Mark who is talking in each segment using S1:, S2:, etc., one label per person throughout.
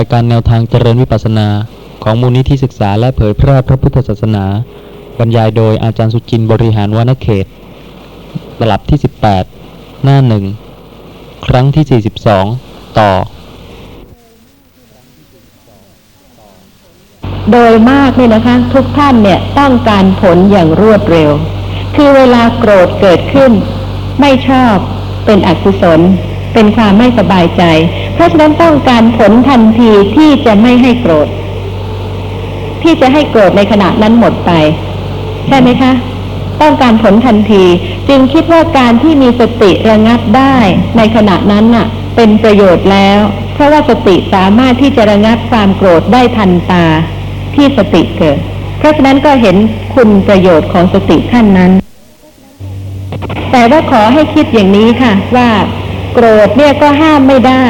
S1: รายการแนวทางเจริญวิปัสสนาของมูลนิธิศึกษาและเผยแพร่พระพุทธศาสนาบรรยายโดยอาจารย์สุจินต์บริหารวรรณเขตตลับที่18หน้า1ครั้งที่42ต่อ
S2: โดยมากเนี่ยนะคะทุกท่านเนี่ยต้องการผลอย่างรวดเร็วคือเวลาโกรธเกิดขึ้นไม่ชอบเป็นอกุศลเป็นความไม่สบายใจเพราะฉะนั้นต้องการผลทันทีที่จะไม่ให้โกรธที่จะให้โกรธในขณะนั้นหมดไปใช่ไหมคะต้องการผลทันทีจึงคิดว่าการที่มีสติระงับได้ในขณะนั้นน่ะเป็นประโยชน์แล้วเพราะว่าสติสามารถที่จะระงับความโกรธได้ทันตาที่สติเกิดเพราะฉะนั้นก็เห็นคุณประโยชน์ของสติขั้นนั้นแต่ว่าขอให้คิดอย่างนี้ค่ะว่าโกรธเนี่ยก็ห้ามไม่ได้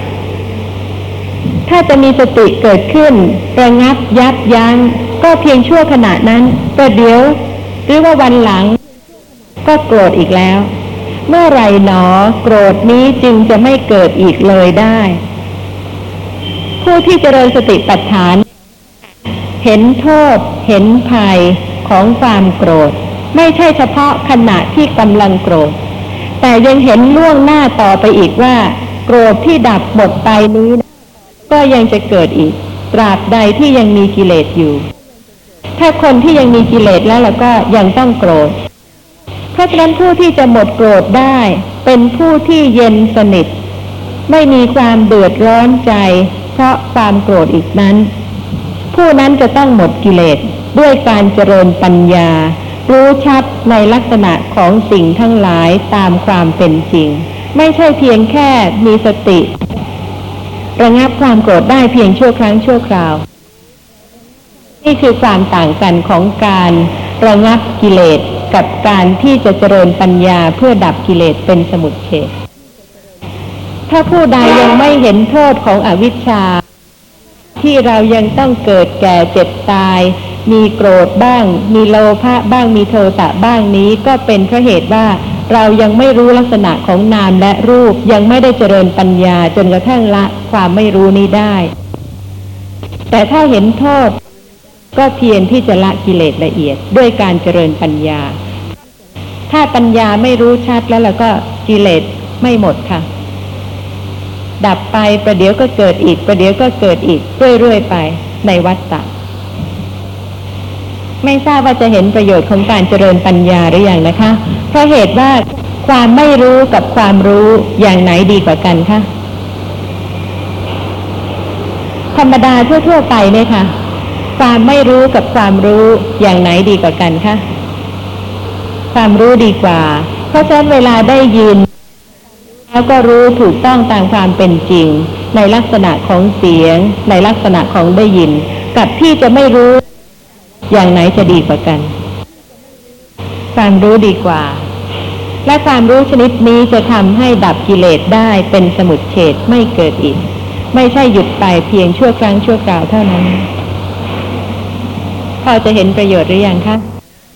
S2: ถ้าจะมีสติเกิดขึ้นระงับยับยั้งก็เพียงชั่วขณะนั้นประเดี๋ยวหรือว่าวันหลังก็โกรธอีกแล้วเมื่อไรหนอโกรธนี้จึงจะไม่เกิดอีกเลยได้ผู้ที่เจริญสติปัฏฐานเห็นโทษเห็นภัยของความโกรธไม่ใช่เฉพาะขณะที่กำลังโกรธแต่ยังเห็นล่วงหน้าต่อไปอีกว่าโกรธที่ดับหมดไปนี้ก็ยังจะเกิดอีกตราบใดที่ยังมีกิเลสอยู่ถ้าคนที่ยังมีกิเลสแล้วก็ยังต้องโกรธเพราะฉะนั้นผู้ที่จะหมดโกรธได้เป็นผู้ที่เย็นสนิทไม่มีความเดือดร้อนใจเพราะความโกรธอีกนั้นผู้นั้นจะต้องหมดกิเลสด้วยการเจริญปัญญารู้ชัดในลักษณะของสิ่งทั้งหลายตามความเป็นจริงไม่ใช่เพียงแค่มีสติระงับความโกรธได้เพียงชั่วครั้งชั่วคราวนี่คือความต่างกันของการระงับกิเลสกับการที่จะเจริญปัญญาเพื่อดับกิเลสเป็นสมุจเฉทถ้าผู้ใดยังไม่เห็นโทษของอวิชชาที่เรายังต้องเกิดแก่เจ็บตายมีโกรธบ้างมีโลภะบ้างมีโทสะบ้างนี้ก็เป็นเพราะเหตุว่าเรายังไม่รู้ลักษณะของนามและรูปยังไม่ได้เจริญปัญญาจนกระทั่งละความไม่รู้นี้ได้แต่ถ้าเห็นโทษก็เพียรที่จะละกิเลสละเอียดด้วยการเจริญปัญญาถ้าปัญญาไม่รู้ชัดแล้วก็กิเลสไม่หมดค่ะดับไปประเดี๋ยวก็เกิดอีกประเดี๋ยวก็เกิดอีกเรื่อยๆไปในวัฏฏะไม่ทราบว่าจะเห็นประโยชน์ของการเจริญปัญญาหรือยังนะคะเพราะเหตุว่าความไม่รู้กับความรู้อย่างไหนดีกว่ากันคะธรรมดาทั่วๆไปเนี่ยค่ะความไม่รู้กับความรู้อย่างไหนดีกว่ากันคะความรู้ดีกว่าเพราะฉะนั้นเวลาได้ยินแล้วก็รู้ถูกต้องตามความเป็นจริงในลักษณะของเสียงในลักษณะของได้ยินกับที่จะไม่รู้อย่างไหนจะดีกว่ากันความรู้ดีกว่าและความรู้ชนิดนี้จะทำให้ดับกิเลสได้เป็นสมุจเฉทไม่เกิดอีกไม่ใช่หยุดไปเพียงชั่วครั้งชั่วคราวเท่านั้นพอจะเห็นประโยชน์หรือยังคะ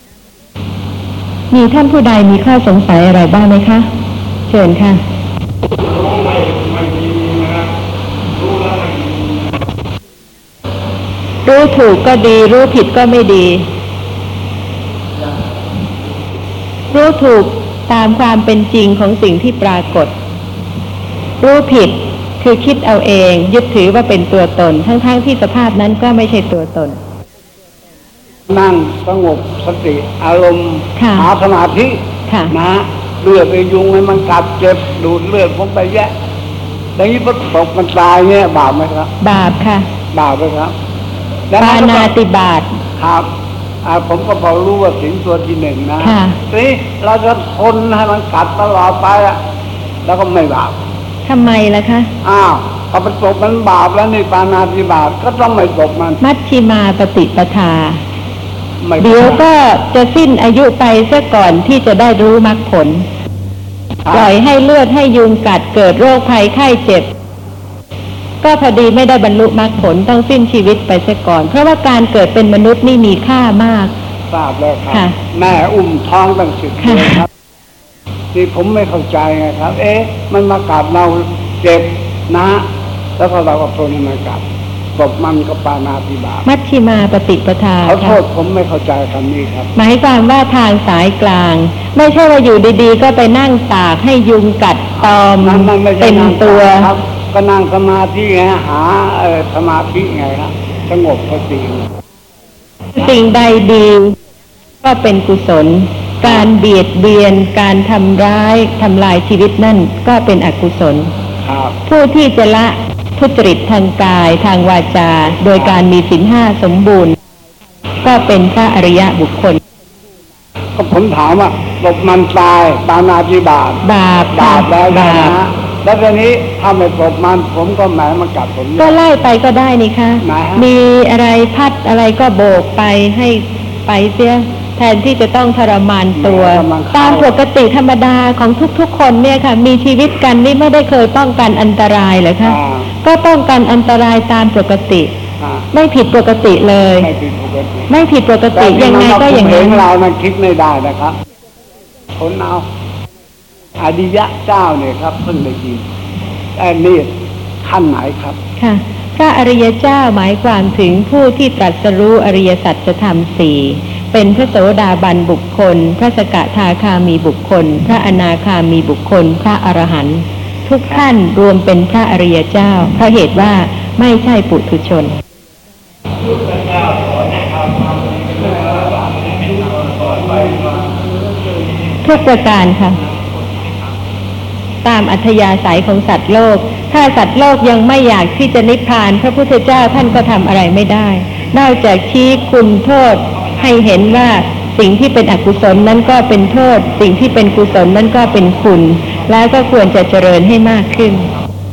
S2: มีท่านผู้ใดมีข้อสงสัยอะไรบ้างไหมคะเชิญค่ะรู้ถูกก็ดีรู้ผิดก็ไม่ดีรู้ถูกตามความเป็นจริงของสิ่งที่ปรากฏรู้ผิดคือคิดเอาเองยึดถือว่าเป็นตัวตนทั้งๆที่สภาพนั้นก็ไม่ใช่ตัวตน
S3: นั่งสงบสติอารมณ์หาสมาธินะเลือดไอ้ยุงให้มันกัดเจ็บดูดเลือดผมไปแยะอย่างนี้พอตกมันตายเนี่ยบาปไหมครับบาปค่ะบาปไหมครับปาณาติบาตครับผมก็พอรู้ว่าสิ่งตัวที่หนึ่งนะนี่เราจะทนให้มันกัดตลอดไปแล้วก็ไม่บาป
S2: ทำไมล่ะคะ
S3: พอมันตกมันบาปแล้วนี่ปาณาติบาตก็ต้องไม่ตกมัน
S2: มัชฌิมาปฏิปทาเดี๋ยวก็จะสิ้นอายุไปซะก่อนที่จะได้รู้มรรคผลปล่อยให้เลือดให้ยุงกัดเกิดโรคภัยไข้เจ็บก็พอดีไม่ได้บรรลุมรรคผลต้องสิ้นชีวิตไปซะก่อนเพราะว่าการเกิดเป็นมนุษย์นี่มีค่ามาก
S3: ทราบแล้วครับแม่อุ้มท้องตั้ง10 เดือนครับที่ผมไม่เข้าใจไงครับมันมากัดเราเจ็บนะแล้วก็เราก็ทนให้มันกัดตบมันก็ปานาติบาต
S2: มัชฌิมาปฏิปทา
S3: เขาโทษผมไม่เข้าใจคำนี้ครับ
S2: หมายความว่าทางสายกลางไม่ใช่ว่าอยู่ดีๆก็ไปนั่งตากให้ยุงกัดตอมเป็นตัว
S3: ครับก็นั่งสมาธิไงหาสมาธิไงครับสงบสติ
S2: สิ่งใดดีก็เป็นกุศลการเบียดเบียนการทำร้ายทำลายชีวิตนั่นก็เป็นอกุศลผู้ที่จะละทุจริตทางกายทางวาจาโดยการมีศีลห้าสมบูรณ์ก็เป็นพระอริยบุคคล
S3: ก็ผมถามว่าตบมันตายปานาติบาต
S2: บาป
S3: แล้วนะแล้วทีนี้ถ้าไม่ตบมันผมก็แหมมันกัดผม
S2: ก็ไล่ไปก็ได้นี่คะมีอะไรพัดอะไรก็โบกไปให้ไปเสียแทนที่จะต้องทรมานตัวตามปกติธรรมดาของทุกๆคนเนี่ยค่ะมีชีวิตกันนี่ไม่ได้เคยป้องกันอันตรายเลยค่ะก็ป้องกันอันตรายตามปกติไม่ผิดปกติเลยไม่ผิดปกติยังไงก็อย่างนั้น
S3: เรามันคิดไม่ได้นะครับคนเอาอริยะเจ้าเนี่ยครับเพิ่งได้ยินนี่ขั้นไหนครับ
S2: ค่ะพระอริยเจ้าหมายความถึงผู้ที่ตรัสรู้อริยสัจธรรมสี่เป็นพระโสดาบันบุคคลพระสกทาคามีบุคคลพระอนาคามีบุคคลพระอรหันต์ทุกท่านรวมเป็นพระอริยเจ้าเพราะเหตุว่าไม่ใช่ปุถุชนทุกประการค่ะตามอัธยาศัยของสัตว์โลกถ้าสัตว์โลกยังไม่อยากที่จะนิพพานพระพุทธเจ้าท่านก็ทำอะไรไม่ได้นอกจากชี้คุณโทษให้เห็นว่าสิ่งที่เป็นอกุศลนั้นก็เป็นโทษสิ่งที่เป็นกุศลนั้นก็เป็นคุณแล้วก็ควรจะเจริญให้มากขึ้น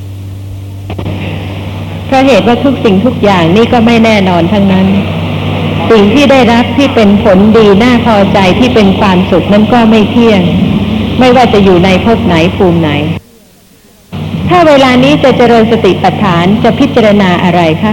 S2: เพราะเหตุว่าทุกสิ่งทุกอย่างนี่ก็ไม่แน่นอนทั้งนั้นสิ่งที่ได้รับที่เป็นผลดีน่าพอใจที่เป็นความสุขนั้นก็ไม่เที่ยงไม่ว่าจะอยู่ในภพไหนภูมิไหนถ้าเวลานี้จะเจริญสติปัฏฐานจะพิจารณาอะไรคะ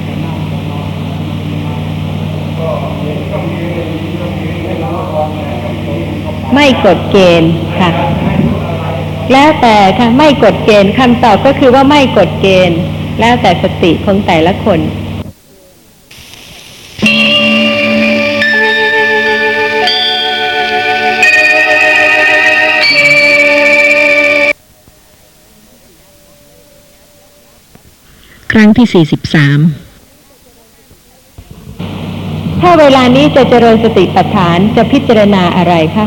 S2: ไม่กฎเกณฑ์ค่ะแล้วแต่ค่ะไม่กฎเกณฑ์คำตอบก็คือว่าไม่กฎเกณฑ์แล้วแต่สติของแต่ละคน
S4: ครั้งที่43
S2: ถ้าเวลานี้จะเจริญสติปัฏฐานจะพิจารณาอะไรคะ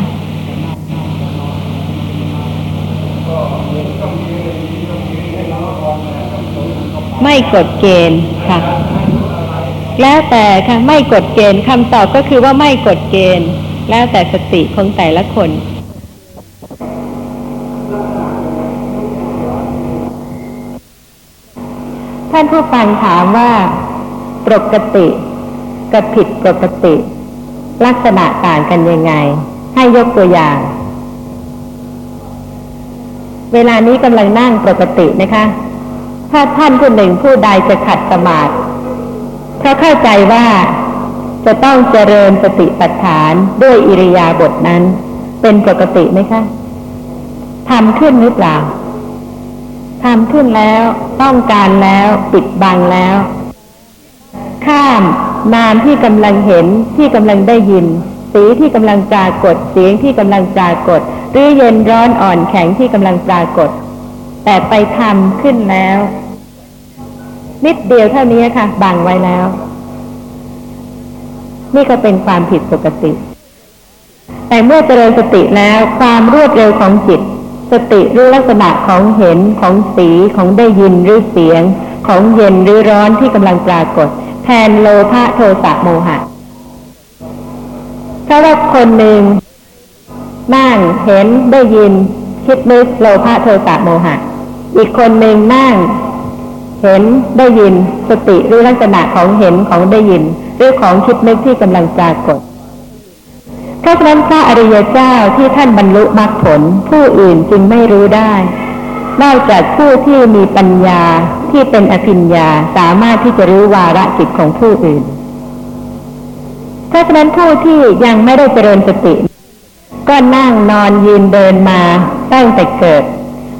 S2: ไม่กฎเกณฑ์ค่ะแล้วแต่ค่ะไม่กฎเกณฑ์คำตอบก็คือว่าไม่กฎเกณฑ์แล้วแต่สติของแต่ละคนท่านผู้ฟังถามว่าปกติกับผิดปกติลักษณะต่างกันยังไงให้ยกตัวอย่างเวลานี้กำลังนั่งปกตินะคะถ้าท่านผู้หนึ่งผู้ใดจะขัดสมาธิเพราะเข้าใจว่าจะต้องเจริญสติปัฏฐานด้วยอิริยาบถนั้นเป็นปกติไหมคะทำขึ้นหรือเปล่าทำขึ้นแล้วต้องการแล้วปิดบังแล้วข้ามนามที่กำลังเห็นที่กำลังได้ยินสีที่กำลังปรากฏเสียงที่กำลังปรากฏหรือเย็นร้อนอ่อนแข็งที่กำลังปรากฏแต่ไปทำขึ้นแล้วนิดเดียวเท่านี้ค่ะบังไว้แล้วนี่ก็เป็นความผิดปกติแต่เมื่อเจริญสติแล้วความรวดเร็วของจิตสติรู้ลักษณะของเห็นของสีของได้ยินหรือเสียงของเย็นหรือร้อนที่กำลังปรากฏแทนโลภะโทสะโมหะถ้าว่าคนหนึ่งนั่งเห็นได้ยินคิดนึกโลภะโทสะโมหะอีกคนหนึ่งนั่งเห็นได้ยินสติรู้ลักษณะของเห็นของได้ยินหรือของคิดนึกที่กำลังปรากฏเพราะฉะนั้นพระอริยเจ้าที่ท่านบรรลุมรรคผลผู้อื่นจึงไม่รู้ได้นอกจากผู้ที่มีปัญญาที่เป็นอภิญญาสามารถที่จะรู้วาระจิตของผู้อื่นเพราะฉะนั้นผู้ที่ยังไม่ได้เจริญสติก็นั่งนอนยืนเดินมาตั้งแต่เกิด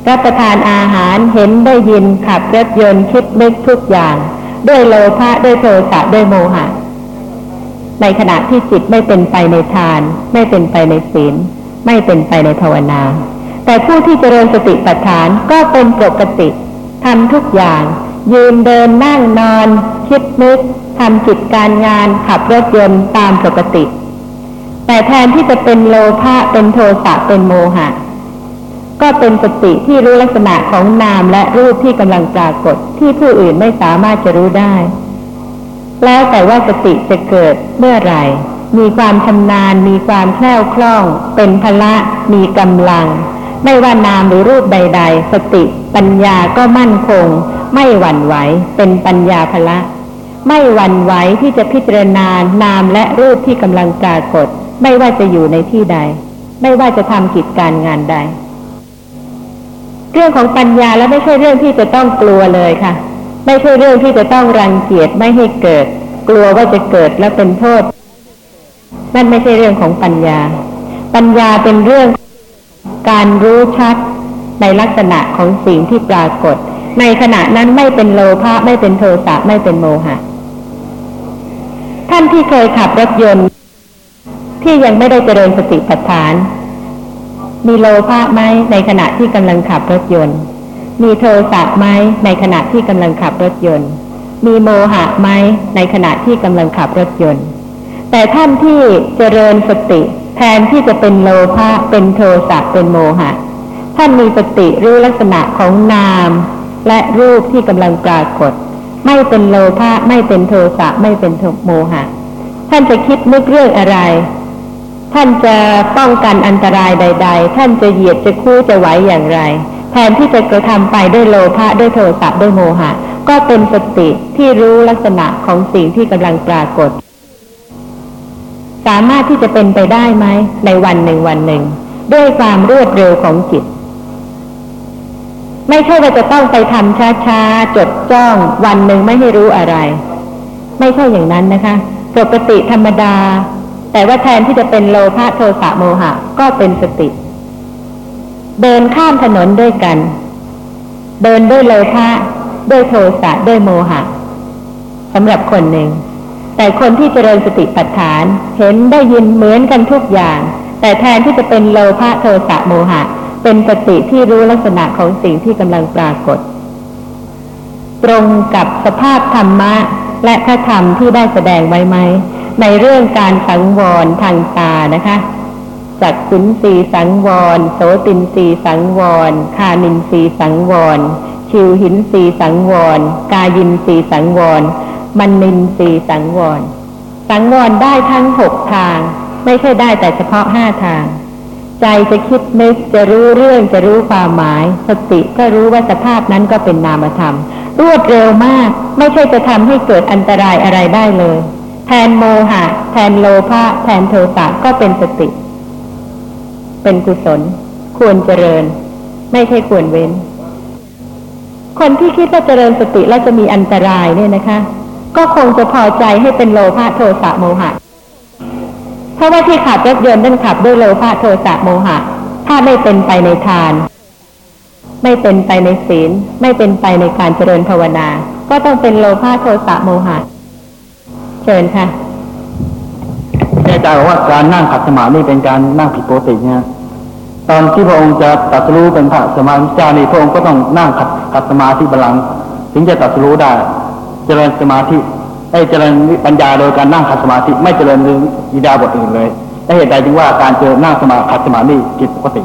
S2: รับประทานอาหารเห็นได้ยินขับรถยนต์คิดนึกทุกอย่างด้วยโลภะด้วยโทสะด้วยโมหะในขณะที่จิตไม่เป็นไปในทานไม่เป็นไปในศีลไม่เป็นไปในภาวนาแต่ผู้ที่เจริญสติปัฏฐานก็เป็นปกติทำทุกอย่างยืนเดินนั่งนอนคิดนึกทำกิจการงานขับรถยนต์ตามปกติแต่แทนที่จะเป็นโลภะเป็นโทสะเป็นโมหะก็เป็นสติที่รู้ลักษณะของนามและรูปที่กำลังปรากฏที่ผู้อื่นไม่สามารถจะรู้ได้แล้วแต่ว่าสติจะเกิดเมื่อไหร่มีความชำนาญมีความแคล่วคล่องเป็นพละมีกำลังไม่ว่านามหรือรูปใดๆสติปัญญาก็มั่นคงไม่หวั่นไหวเป็นปัญญาพละไม่หวั่นไหวที่จะพิจารณานามและรูปที่กำลังปรากฏไม่ว่าจะอยู่ในที่ใดไม่ว่าจะทำกิจการงานใดเรื่องของปัญญาแล้วไม่ใช่เรื่องที่จะต้องกลัวเลยค่ะไม่ใช่เรื่องที่จะต้องรังเกียจไม่ให้เกิดกลัวว่าจะเกิดแล้วเป็นโทษนั่นไม่ใช่เรื่องของปัญญาปัญญาเป็นเรื่องการรู้ชัดในลักษณะของสิ่งที่ปรากฏในขณะนั้นไม่เป็นโลภะไม่เป็นโทสะไม่เป็นโมหะท่านที่เคยขับรถยนต์ที่ยังไม่ได้เจริญสติปัฏฐานมีโลภะไหมในขณะที่กำลังขับรถยนต์มีโทสะไหมในขณะที่กำลังขับรถยนต์มีโมหะไหมในขณะที่กำลังขับรถยนต์แต่ท่านที่เจริญสติแทนที่จะเป็นโลภะเป็นโทสะเป็นโมหะท่านมีสติรู้ลักษณะของนามและรูปที่กำลังปรากฏไม่เป็นโลภะไม่เป็นโทสะไม่เป็นโมหะท่านจะคิดนึกเรื่องอะไรท่านจะป้องกันอันตรายใดๆท่านจะเหยียดจะคู่จะไหวอย่างไรแทนที่จะกระทำไปด้วยโลภะด้วยโทสะด้วยโมหะก็เป็นสติที่รู้ลักษณะของสิ่งที่กำลังปรากฏสามารถที่จะเป็นไปได้ไหมในวันหนึ่งด้วยความรวดเร็วของจิตไม่ใช่ว่าจะต้องไปทำช้าๆจดจ้องวันหนึ่งไม่ให้รู้อะไรไม่ใช่อย่างนั้นนะคะปกติธรรมดาแต่ว่าแทนที่จะเป็นโลภะโทสะโมหะก็เป็นสติเดินข้ามถนนด้วยกันเดินด้วยโลภะด้วยโทสะด้วยโมหะสำหรับคนหนึ่งแต่คนที่เจริญสติปัฏฐานเห็นได้ยินเหมือนกันทุกอย่างแต่แทนที่จะเป็นโลภะโทสะโมหะเป็นสติที่รู้ลักษณะของสิ่งที่กำลังปรากฏตรงกับสภาพธรรมะและพระธรรมที่ได้แสดงไว้ไหมในเรื่องการสังวรทางตานะคะจักขุนสีสังวรโสตินสีสังวรคานินสีสังวรชิวหินสีสังวรกายินสีสังวรมนินสีสังวรสังวรได้ทั้ง6ทางไม่ใช่ได้แต่เฉพาะ5ทางใจจะคิดนึกจะรู้เรื่องจะรู้ความหมายสติก็รู้ว่าสภาพนั้นก็เป็นนามธรรมรวดเร็วมากไม่ใช่จะทำให้เกิดอันตรายอะไรได้เลยแทนโมหะแทนโลภะแทนโทสะก็เป็นสติเป็นกุศลควรเจริญไม่ใช่ควรเว้นคนที่คิดว่าเจริญสติแล้วจะมีอันตรายเนี่ยนะคะก็คงจะพอใจให้เป็นโลภะโทสะโมหะเพราะว่าที่ขับรถยนต์นั่นขับด้วยโลภะโทสะโมหะถ้าไม่เป็นไปในทานไม่เป็นไปในศีลไม่เป็นไปในการเจริญภาวนาก็ต้องเป็นโลภะโทสะโมหะเชิญค่ะ
S5: อาจารย์บอกว่าการนั่งขัดสมาธินี่เป็นการนั่งผิดปกติเนี่ยตอนที่พระองค์จะตรัสรู้เป็นพระสมมาธิเจ้านี่พระองค์ก็ต้องนั่งขัดสมาธิบัลลังก์ถึงจะตรัสรู้ได้เจริญสมาธิเจริญปัญญาโดยการนั่งขัดสมาธิไม่เจริญอิริยาบถอื่นเลยและเหตุใดจึงว่าการเจริญนั่งขัดสมาธิผิดปกติ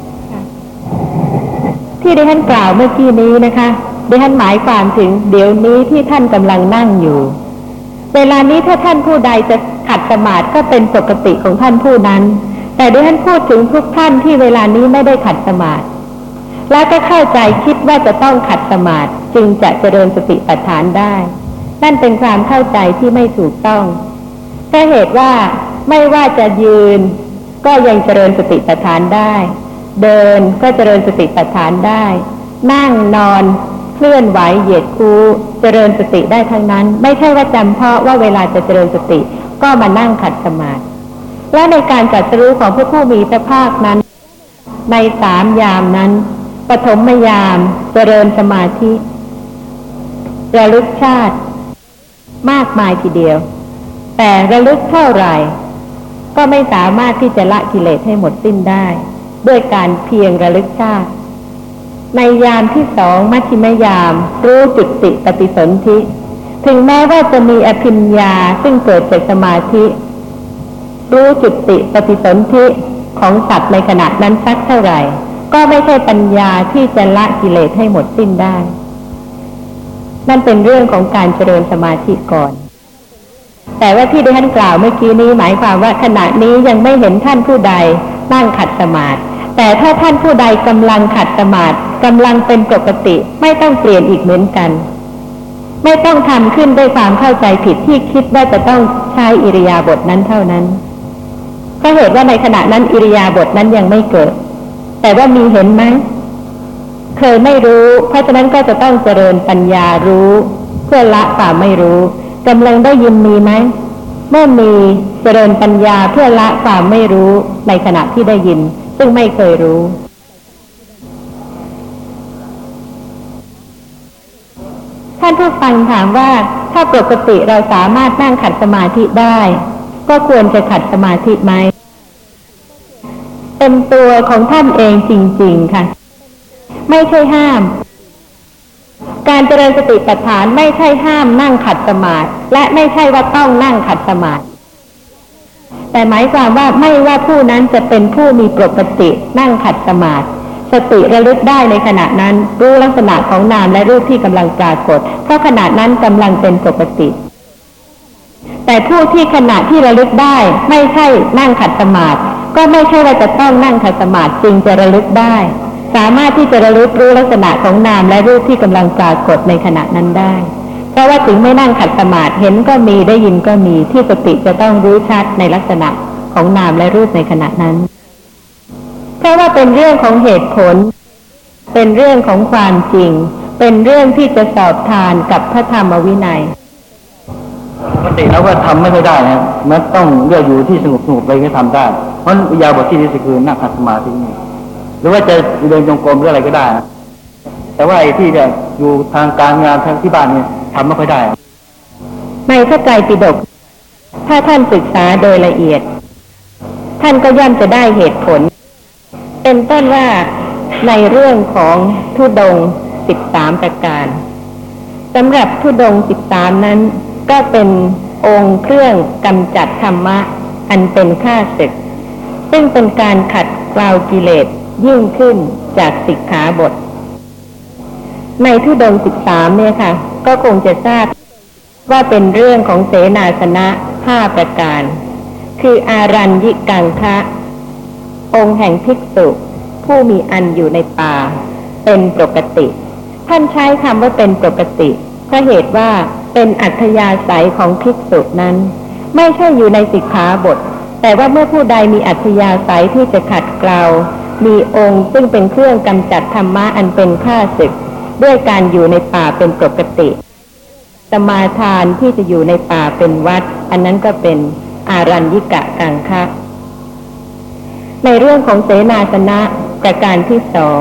S2: ที่ดิฉันกล่าวเมื่อกี้นี้นะคะดิฉันหมายความถึงเดี๋ยวนี้ที่ท่านกำลังนั่งอยู่เวลานี้ถ้าท่านผู้ใดจะขัดสมาธิก็เป็นปกติของท่านผู้นั้นแต่ดิฉันพูดถึงทุกท่านที่เวลานี้ไม่ได้ขัดสมาธิแล้วก็เข้าใจคิดว่าจะต้องขัดสมาธิจึงจะเจริญสติปัฏฐานได้นั่นเป็นความเข้าใจที่ไม่ถูกต้องเพราะเหตุว่าไม่ว่าจะยืนก็ยังเจริญสติปัฏฐานได้เดินก็เจริญสติปัฏฐานได้นั่งนอนเคลื่อนไหวเหยียดคูเจริญสติได้ทั้งนั้นไม่ใช่ว่าจำเพาะว่าเวลาจะเจริญสติก็มานั่งขัดสมาธิและในการตรัสรู้ของพระผู้มีพระภาคนั้นใน3 ยามนั้นปฐมยามเจริญสมาธิระลึกชาติมากมายทีเดียวแต่ระลึกเท่าไหร่ก็ไม่สามารถที่จะละกิเลสให้หมดสิ้นได้ด้วยการเพียงระลึกชาติในยามที่สองมัชฌิมยามรู้จุติปฏิสนธิถึงแม้ว่าจะมีอภิญญาซึ่งเกิดจากสมาธิรู้จุติปฏิสนธิของสัตว์ในขณะนั้นสักเท่าไหร่ก็ไม่ใช่ปัญญาที่จะละกิเลสให้หมดสิ้นได้นั่นเป็นเรื่องของการเจริญสมาธิก่อนแต่ว่าที่ดิฉันกล่าวเมื่อกี้นี้หมายความว่าขณะนี้ยังไม่เห็นท่านผู้ใดนั่งขัดสมาธิแต่ถ้าท่านผู้ใดกำลังขัดสมาธิกำลังเป็นปกติไม่ต้องเปลี่ยนอีกเหมือนกันไม่ต้องทำขึ้นด้วยความเข้าใจผิดที่คิดว่าจะต้องใช้อิริยาบถนั้นเท่านั้นเพราะเหตุว่าในขณะนั้นอิริยาบถนั้นยังไม่เกิดแต่ว่ามีเห็นไหมเคยไม่รู้เพราะฉะนั้นก็จะต้องเจริญปัญญารู้เพื่อละความไม่รู้กำลังได้ยินมีไหมเมื่อมีเจริญปัญญาเพื่อละความไม่รู้ในขณะที่ได้ยินซึ่งไม่เคยรู้ท่านผู้ฟังถามว่าถ้าปกติเราสามารถนั่งขัดสมาธิได้ก็ควรจะขัดสมาธิไหมเป็นตัวของท่านเองจริงๆค่ะไม่ใช่ห้ามการเจริญสติปัฏฐานไม่ใช่ห้ามนั่งขัดสมาธิและไม่ใช่ว่าต้องนั่งขัดสมาธิแต่หมายความว่าไม่ว่าผู้นั้นจะเป็นผู้มีปกตินั่งขัดสมาธิสติระลึกได้ในขณะนั้นรู้ลักษณะของนามและรูปที่กำลังปรากฏเพราะขณะนั้นกำลังเป็นปกติแต่ผู้ที่ขณะที่ระลึกได้ไม่ใช่นั่งขัดสมาธิก็ไม่ใช่ว่าจะต้องนั่งขัดสมาธิจึงจะระลึกได้สามารถที่จะระลึกรู้ลักษณะของนามและรูปที่กำลังปรากฏในขณะนั้นได้เพราะว่าถึงไม่นั่งขัดสมาธิเห็นก็มีได้ยินก็มีที่สติจะต้องรู้ชัดในลักษณะของนามและรูปในขณะนั้นเพราะว่าเป็นเรื่องของเหตุผลเป็นเรื่องของความจริงเป็นเรื่องที่จะสอบทานกับพระธรรมวินัย
S5: ปกติแล้วก็ทำไม่ค่อยได้นะมันต้องเลือกอยู่ที่สงบๆไปก็ทำได้เพราะอิริยาบถที่ดีที่สุดคือนั่งขัดสมาธินี่หรือว่าจะเดินจงกรมหรืออะไรก็ได้นะแต่ว่าไอ้ที่จะอยู่ทางการงานทางที่บ้านเนี่ยทำไม่ค่อยได้
S2: ในพระไตรปิฎกถ้าท่านศึกษาโดยละเอียดท่านก็ย่อมจะได้เหตุผลเป็นต้นว่าในเรื่องของธุดงค์13ประการสำหรับธุดงค์13นั้นก็เป็นองค์เครื่องกำจัดธรรมะอันเป็นข้าศึกซึ่งเป็นการขัดเกลากิเลสยิ่งขึ้นจากสิกขาบทในธุดงค์13เนี่ยค่ะก็คงจะทราบว่าเป็นเรื่องของเสนาสนะ5ประการคืออารัญญิกังคะองค์แห่งภิกษุผู้มีอันอยู่ในป่าเป็นปกติท่านใช้คำว่าเป็นปกติเพราะเหตุว่าเป็นอัธยาศัยของภิกษุนั้นไม่ใช่อยู่ในสิกขาบทแต่ว่าเมื่อผู้ใดมีอัธยาศัยที่จะขัดเกลามีองค์ซึ่งเป็นเครื่องกำจัดธรรมะอันเป็นข้าศึกด้วยการอยู่ในป่าเป็นปกติสมาทานที่จะอยู่ในป่าเป็นวัดอันนั้นก็เป็นอารัญญิกะกังคะในเรื่องของเสนาสนะประการที่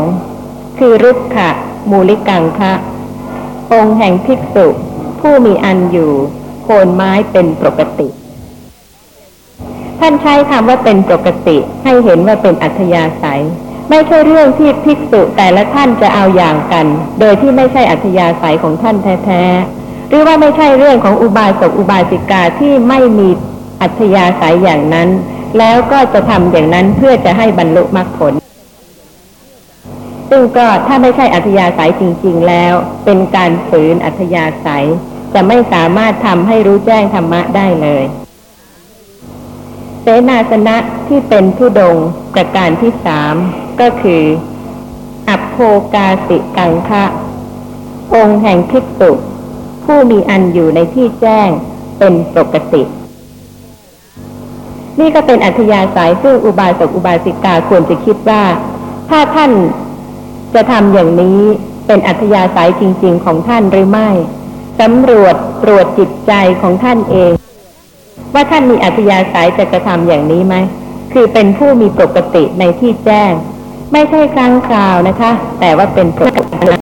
S2: 2คือรุกขะมูลิกังคะองค์แห่งภิกษุผู้มีอันอยู่โคนไม้เป็นปกติท่านใช้คำว่าเป็นปกติให้เห็นว่าเป็นอัธยาศัยไม่ใช่เรื่องที่ภิกษุแต่ละท่านจะเอาอย่างกันโดยที่ไม่ใช่อัธยาศัยของท่านแท้ๆหรือว่าไม่ใช่เรื่องของอุบาสกอุบาสิกาที่ไม่มีอัธยาศัยอย่างนั้นแล้วก็จะทำอย่างนั้นเพื่อจะให้บรรลุมรรคผลซึ่งก็ถ้าไม่ใช่อัธยาศัยจริงๆแล้วเป็นการฝืนอัธยาศัยจะไม่สามารถทำให้รู้แจ้งธรรมะได้เลยเสนาสนะที่เป็นธุดงค์ประการที่3ก็คืออัปโภกาสิกังคะองค์แห่งภิกษุผู้มีอันอยู่ในที่แจ้งเป็นปกตินี่ก็เป็นอัธยาศัยซึ่งอุบาสกอุบาสิกาควรจะคิดว่าถ้าท่านจะทำอย่างนี้เป็นอัธยาศัยจริงๆของท่านหรือไม่สำรวจตรวจจิตใจของท่านเองว่าท่านมีอัธยาศัยจะกระทำอย่างนี้ไหมคือเป็นผู้มีปกติในที่แจ้งไม่ใช่ครั้งคราวนะคะ แต่ว่าเป็นปกติ